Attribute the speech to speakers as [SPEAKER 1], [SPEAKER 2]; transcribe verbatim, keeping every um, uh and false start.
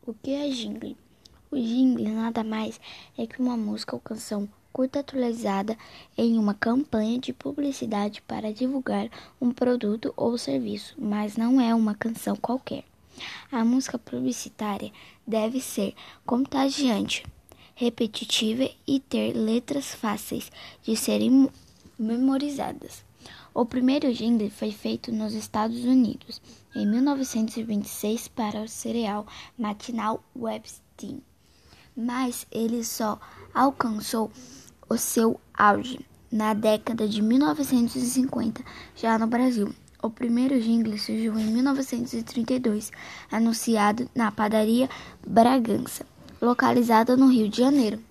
[SPEAKER 1] O que é jingle? O jingle nada mais é que uma música ou canção curta atualizada em uma campanha de publicidade para divulgar um produto ou serviço, mas não é uma canção qualquer. A música publicitária deve ser contagiante, repetitiva e ter letras fáceis de serem memorizadas. O primeiro jingle foi feito nos Estados Unidos em mil novecentos e vinte e seis para o cereal matinal Webster, mas ele só alcançou o seu auge na década de mil novecentos e cinquenta, já no Brasil. O primeiro jingle surgiu em mil novecentos e trinta e dois, anunciado na padaria Bragança, localizada no Rio de Janeiro.